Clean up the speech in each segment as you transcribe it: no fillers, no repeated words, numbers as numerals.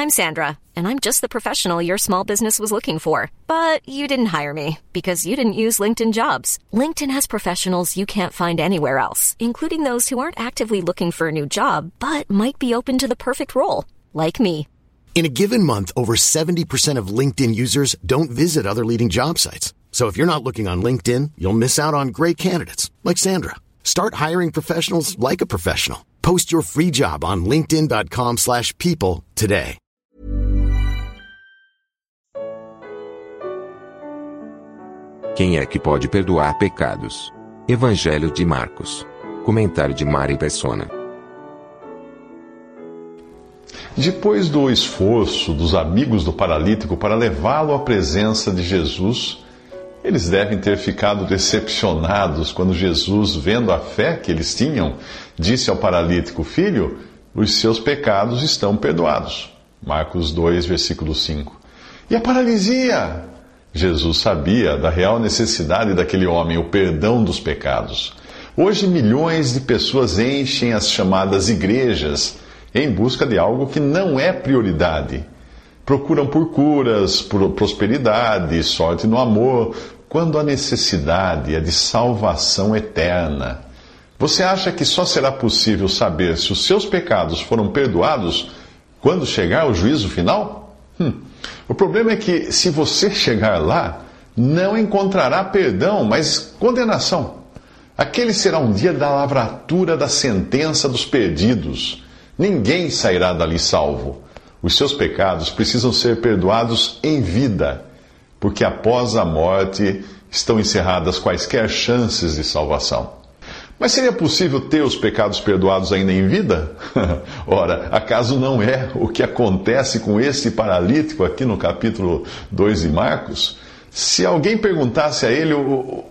I'm Sandra, and I'm just the professional your small business was looking for. But you didn't hire me because you didn't use LinkedIn Jobs. LinkedIn has professionals you can't find anywhere else, including those who aren't actively looking for a new job, but might be open to the perfect role, like me. In a given month, over 70% of LinkedIn users don't visit other leading job sites. So if you're not looking on LinkedIn, you'll miss out on great candidates, like Sandra. Start hiring professionals like a professional. Post your free job on linkedin.com/people today. Quem é que pode perdoar pecados? Evangelho de Marcos. Comentário de Mari Persona. Depois do esforço dos amigos do paralítico para levá-lo à presença de Jesus, eles devem ter ficado decepcionados quando Jesus, vendo a fé que eles tinham, disse ao paralítico: Filho, os seus pecados estão perdoados. Marcos 2, versículo 5. E a paralisia? Jesus sabia da real necessidade daquele homem, o perdão dos pecados. Hoje, milhões de pessoas enchem as chamadas igrejas em busca de algo que não é prioridade. Procuram por curas, por prosperidade, sorte no amor, quando a necessidade é de salvação eterna. Você acha que só será possível saber se os seus pecados foram perdoados quando chegar o juízo final? O problema é que, se você chegar lá, não encontrará perdão, mas condenação. Aquele será um dia da lavratura da sentença dos perdidos. Ninguém sairá dali salvo. Os seus pecados precisam ser perdoados em vida, porque após a morte estão encerradas quaisquer chances de salvação. Mas seria possível ter os pecados perdoados ainda em vida? Ora, acaso não é o que acontece com esse paralítico aqui no capítulo 2 de Marcos? Se alguém perguntasse a ele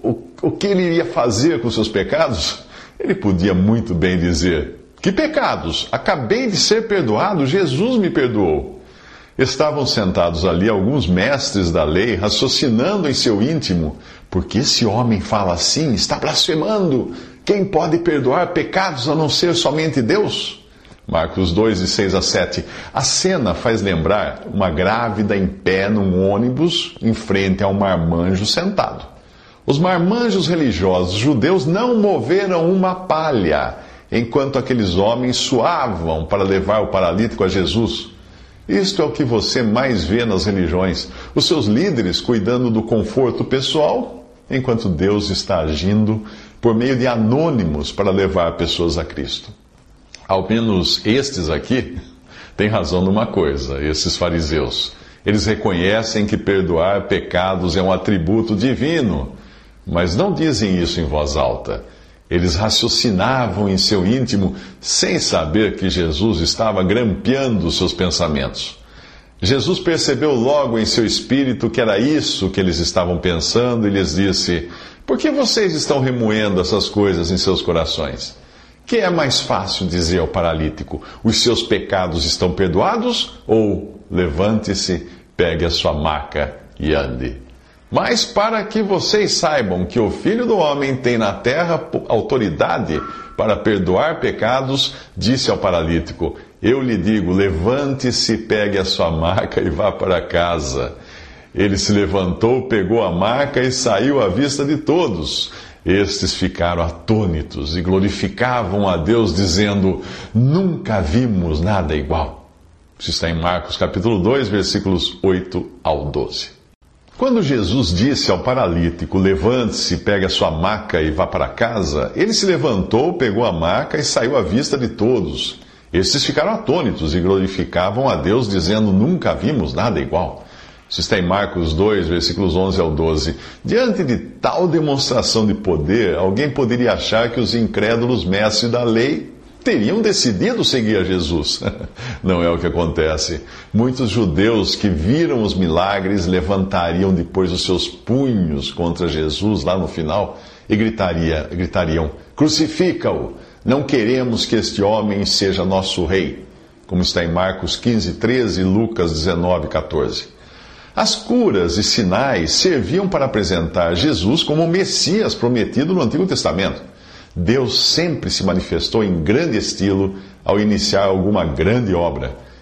o que ele iria fazer com seus pecados, ele podia muito bem dizer: que pecados? Acabei de ser perdoado, Jesus me perdoou. Estavam sentados ali alguns mestres da lei, raciocinando em seu íntimo: porque esse homem fala assim, está blasfemando. Quem pode perdoar pecados a não ser somente Deus? Marcos 2, de 6 a 7. A cena faz lembrar uma grávida em pé num ônibus em frente a um marmanjo sentado. Os marmanjos religiosos judeus não moveram uma palha enquanto aqueles homens suavam para levar o paralítico a Jesus. Isto é o que você mais vê nas religiões: os seus líderes cuidando do conforto pessoal, enquanto Deus está agindo por meio de anônimos para levar pessoas a Cristo. Ao menos estes aqui têm razão numa coisa, esses fariseus. Eles reconhecem que perdoar pecados é um atributo divino, mas não dizem isso em voz alta. Eles raciocinavam em seu íntimo sem saber que Jesus estava grampeando seus pensamentos. Jesus percebeu logo em seu espírito que era isso que eles estavam pensando e lhes disse: por que vocês estão remoendo essas coisas em seus corações? Que é mais fácil dizer ao paralítico: os seus pecados estão perdoados? Ou levante-se, pegue a sua maca e ande? Mas para que vocês saibam que o Filho do Homem tem na terra autoridade para perdoar pecados, disse ao paralítico: eu lhe digo, levante-se, pegue a sua maca e vá para casa. Ele se levantou, pegou a maca e saiu à vista de todos. Estes ficaram atônitos e glorificavam a Deus, dizendo: nunca vimos nada igual. Isso está em Marcos capítulo 2, versículos 8 ao 12. Quando Jesus disse ao paralítico: levante-se, pegue a sua maca e vá para casa, ele se levantou, pegou a maca e saiu à vista de todos. Estes ficaram atônitos e glorificavam a Deus, dizendo: nunca vimos nada igual. Isso está em Marcos 2, versículos 11 ao 12. Diante de tal demonstração de poder, alguém poderia achar que os incrédulos mestres da lei teriam decidido seguir a Jesus. Não é o que acontece. Muitos judeus que viram os milagres levantariam depois os seus punhos contra Jesus lá no final e gritariam: crucifica-o! Não queremos que este homem seja nosso rei. Como está em Marcos 15, 13 e Lucas 19, 14. As curas e sinais serviam para apresentar Jesus como o Messias prometido no Antigo Testamento. Deus sempre se manifestou em grande estilo ao iniciar alguma grande obra.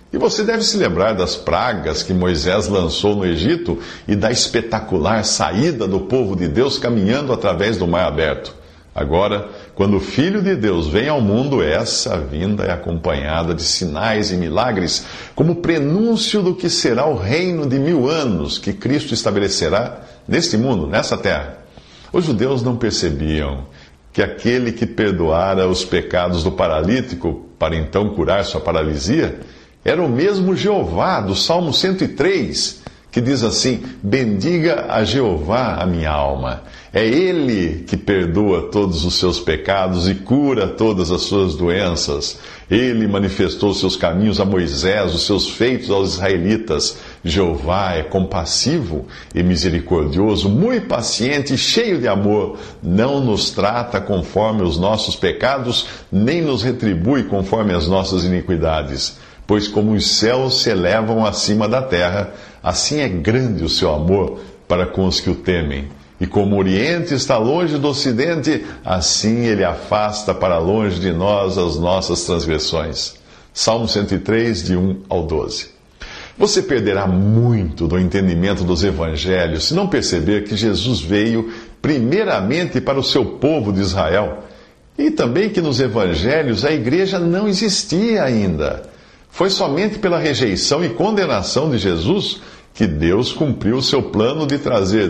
E você deve se lembrar das pragas que Moisés lançou no Egito e da espetacular saída do povo de Deus caminhando através do mar aberto. Agora, quando o Filho de Deus vem ao mundo, essa vinda é acompanhada de sinais e milagres, como prenúncio do que será o reino de 1000 anos que Cristo estabelecerá neste mundo, nessa terra. Os judeus não percebiam que aquele que perdoara os pecados do paralítico para então curar sua paralisia era o mesmo Jeová do Salmo 103, que diz assim: bendiga a Jeová a minha alma. É Ele que perdoa todos os seus pecados e cura todas as suas doenças. Ele manifestou seus caminhos a Moisés, os seus feitos aos israelitas. Jeová é compassivo e misericordioso, muito paciente e cheio de amor. Não nos trata conforme os nossos pecados, nem nos retribui conforme as nossas iniquidades. Pois como os céus se elevam acima da terra, assim é grande o seu amor para com os que o temem. E como o Oriente está longe do Ocidente, assim ele afasta para longe de nós as nossas transgressões. Salmo 103, de 1 ao 12. Você perderá muito do entendimento dos evangelhos se não perceber que Jesus veio primeiramente para o seu povo de Israel. E também que nos evangelhos a igreja não existia ainda. Foi somente pela rejeição e condenação de Jesus que Deus cumpriu o seu plano de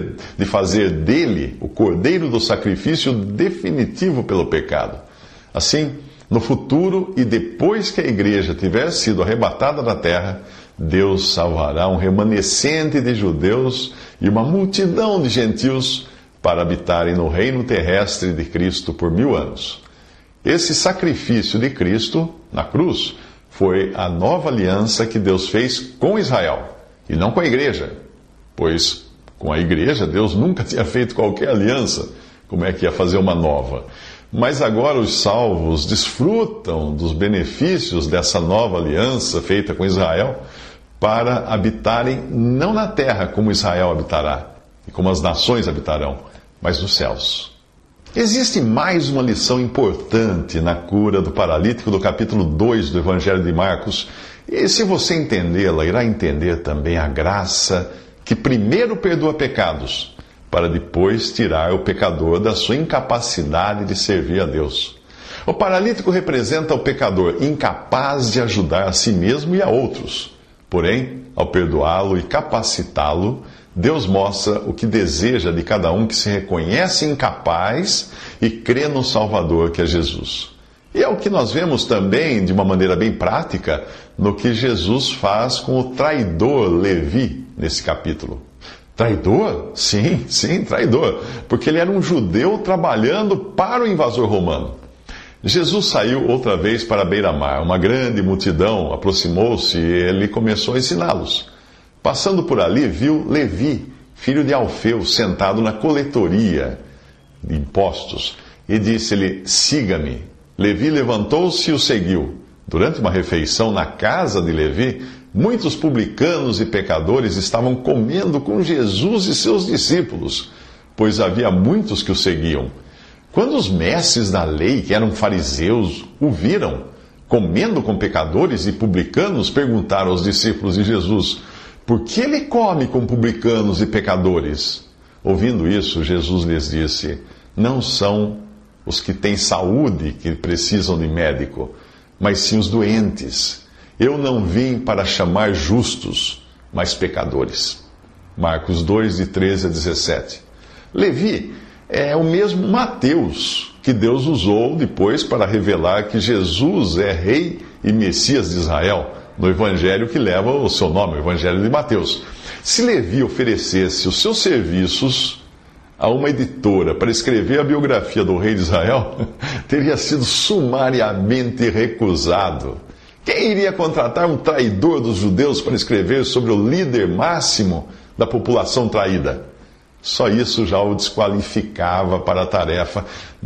fazer dele o cordeiro do sacrifício definitivo pelo pecado. Assim, no futuro e depois que a igreja tiver sido arrebatada da terra, Deus salvará um remanescente de judeus e uma multidão de gentios para habitarem no reino terrestre de Cristo por 1000 anos. Esse sacrifício de Cristo na cruz foi a nova aliança que Deus fez com Israel, e não com a igreja, pois com a igreja Deus nunca tinha feito qualquer aliança. Como é que ia fazer uma nova? Mas agora os salvos desfrutam dos benefícios dessa nova aliança feita com Israel para habitarem não na terra como Israel habitará, e como as nações habitarão, mas nos céus. Existe mais uma lição importante na cura do paralítico do capítulo 2 do Evangelho de Marcos. E se você entendê-la, irá entender também a graça que primeiro perdoa pecados, para depois tirar o pecador da sua incapacidade de servir a Deus. O paralítico representa o pecador incapaz de ajudar a si mesmo e a outros. Porém, ao perdoá-lo e capacitá-lo, Deus mostra o que deseja de cada um que se reconhece incapaz e crê no Salvador, que é Jesus. E é o que nós vemos também, de uma maneira bem prática, no que Jesus faz com o traidor Levi, nesse capítulo. Traidor? Sim, traidor. Porque ele era um judeu trabalhando para o invasor romano. Jesus saiu outra vez para a beira-mar. Uma grande multidão aproximou-se e ele começou a ensiná-los. Passando por ali, viu Levi, filho de Alfeu, sentado na coletoria de impostos, e disse-lhe: siga-me. Levi levantou-se e o seguiu. Durante uma refeição na casa de Levi, muitos publicanos e pecadores estavam comendo com Jesus e seus discípulos, pois havia muitos que o seguiam. Quando os mestres da lei, que eram fariseus, o viram comendo com pecadores e publicanos, perguntaram aos discípulos de Jesus: por que ele come com publicanos e pecadores? Ouvindo isso, Jesus lhes disse: não são os que têm saúde que precisam de médico, mas sim os doentes. Eu não vim para chamar justos, mas pecadores. Marcos 2, de 13 a 17. Levi é o mesmo Mateus que Deus usou depois para revelar que Jesus é rei e Messias de Israel, no evangelho que leva o seu nome, o Evangelho de Mateus. Se Levi oferecesse os seus serviços a uma editora para escrever a biografia do rei de Israel, teria sido sumariamente recusado. Quem iria contratar um traidor dos judeus para escrever sobre o líder máximo da população traída? Só isso já o desqualificava para a tarefa,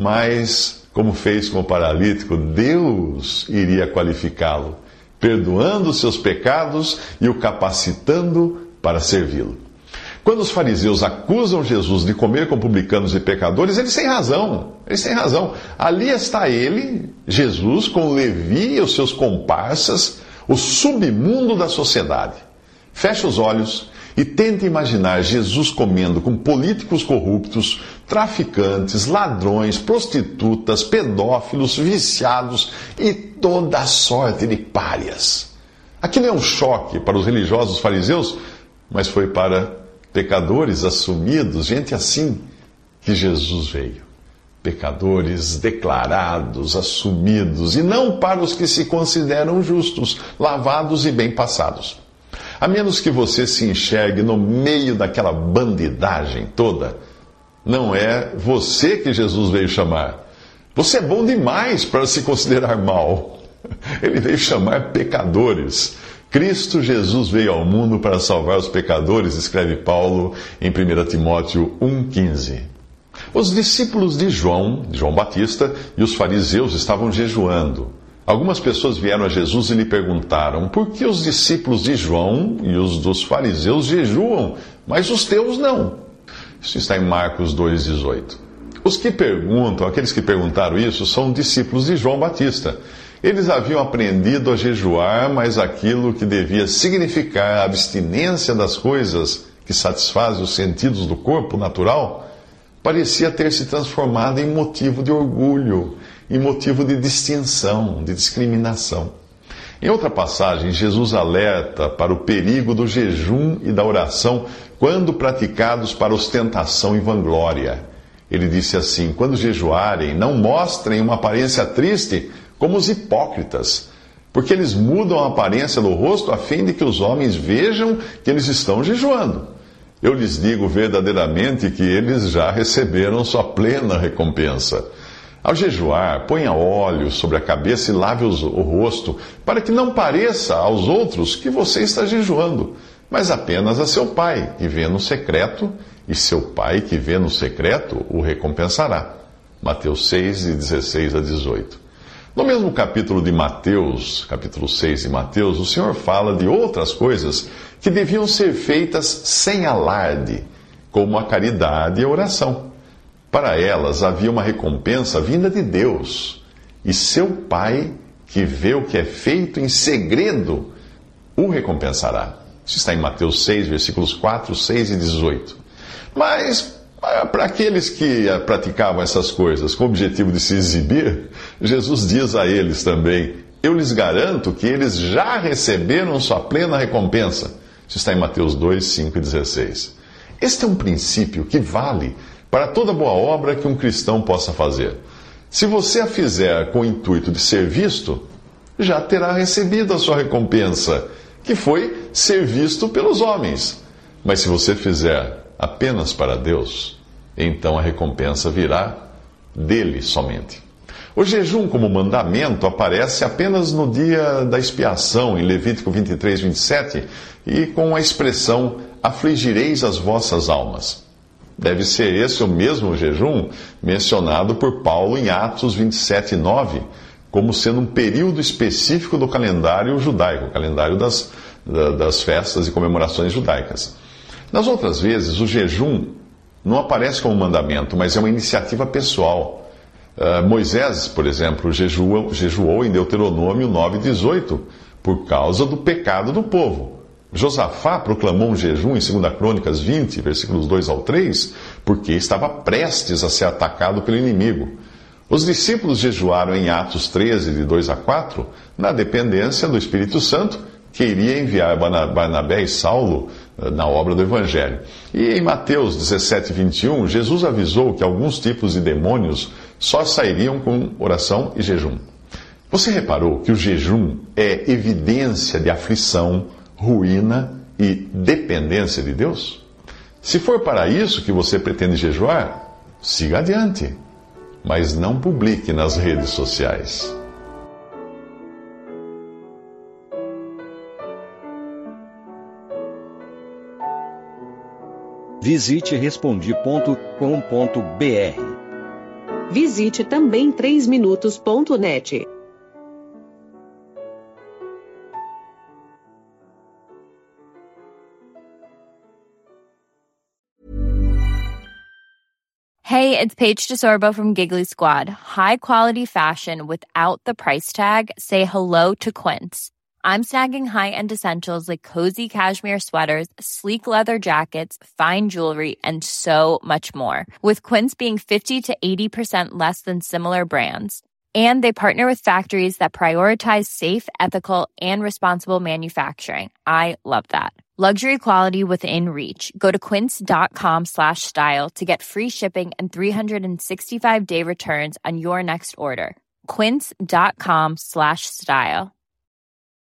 mas, como fez com o paralítico, Deus iria qualificá-lo, perdoando os seus pecados e o capacitando para servi-lo. Quando os fariseus acusam Jesus de comer com publicanos e pecadores, eles têm razão. Ali está ele, Jesus, com Levi e os seus comparsas, o submundo da sociedade. Feche os olhos e tente imaginar Jesus comendo com políticos corruptos, traficantes, ladrões, prostitutas, pedófilos, viciados e toda a sorte de párias. Aquilo é um choque para os religiosos fariseus, mas foi para pecadores assumidos, gente assim, que Jesus veio. Pecadores declarados, assumidos, e não para os que se consideram justos, lavados e bem passados. A menos que você se enxergue no meio daquela bandidagem toda, não é você que Jesus veio chamar. Você é bom demais para se considerar mal. Ele veio chamar pecadores. Cristo Jesus veio ao mundo para salvar os pecadores, escreve Paulo em 1 Timóteo 1,15. Os discípulos de João Batista e os fariseus estavam jejuando. Algumas pessoas vieram a Jesus e lhe perguntaram: por que os discípulos de João e os dos fariseus jejuam, mas os teus não? Isso está em Marcos 2,18. Aqueles que perguntaram isso, são discípulos de João Batista. Eles haviam aprendido a jejuar, mas aquilo que devia significar a abstinência das coisas que satisfazem os sentidos do corpo natural, parecia ter se transformado em motivo de orgulho, em motivo de distinção, de discriminação. Em outra passagem, Jesus alerta para o perigo do jejum e da oração quando praticados para ostentação e vanglória. Ele disse assim: quando jejuarem, não mostrem uma aparência triste como os hipócritas, porque eles mudam a aparência do rosto a fim de que os homens vejam que eles estão jejuando. Eu lhes digo verdadeiramente que eles já receberam sua plena recompensa. Ao jejuar, ponha óleo sobre a cabeça e lave o rosto, para que não pareça aos outros que você está jejuando, mas apenas a seu pai, que vê no secreto, e seu pai, que vê no secreto, o recompensará. Mateus 6, de 16 a 18. No mesmo capítulo de Mateus, capítulo 6 de Mateus, o Senhor fala de outras coisas que deviam ser feitas sem alarde, como a caridade e a oração. Para elas havia uma recompensa vinda de Deus, e seu Pai, que vê o que é feito em segredo, o recompensará. Isso está em Mateus 6, versículos 4, 6 e 18. Mas, para aqueles que praticavam essas coisas com o objetivo de se exibir, Jesus diz a eles também: eu lhes garanto que eles já receberam sua plena recompensa. Isso está em Mateus 2, 5 e 16. Este é um princípio que vale para toda boa obra que um cristão possa fazer. Se você a fizer com o intuito de ser visto, já terá recebido a sua recompensa, que foi ser visto pelos homens. Mas se você fizer apenas para Deus, então a recompensa virá dele somente. O jejum como mandamento aparece apenas no dia da expiação, em Levítico 23, 27, e com a expressão: afligireis as vossas almas. Deve ser esse o mesmo jejum mencionado por Paulo em Atos 27, 9, como sendo um período específico do calendário judaico, o calendário das festas e comemorações judaicas. Nas outras vezes, o jejum não aparece como mandamento, mas é uma iniciativa pessoal. Moisés, por exemplo, jejuou em Deuteronômio 9:18 por causa do pecado do povo. Josafá proclamou um jejum em 2 Crônicas 20, versículos 2 ao 3, porque estava prestes a ser atacado pelo inimigo. Os discípulos jejuaram em Atos 13, de 2 a 4, na dependência do Espírito Santo, que iria enviar Barnabé e Saulo na obra do Evangelho. E em Mateus 17, 21, Jesus avisou que alguns tipos de demônios só sairiam com oração e jejum. Você reparou que o jejum é evidência de aflição, ruína e dependência de Deus? Se for para isso que você pretende jejuar, siga adiante, mas não publique nas redes sociais. Visite Respondi.com.br. Visite também 3minutos.net. Hey, it's Paige DeSorbo from Giggly Squad. High quality fashion without the price tag. Say hello to Quince. I'm snagging high-end essentials like cozy cashmere sweaters, sleek leather jackets, fine jewelry, and so much more. With Quince being 50 to 80% less than similar brands. And they partner with factories that prioritize safe, ethical, and responsible manufacturing. I love that. Luxury quality within reach. Go to quince.com/style to get free shipping and 365-day returns on your next order. Quince.com/style.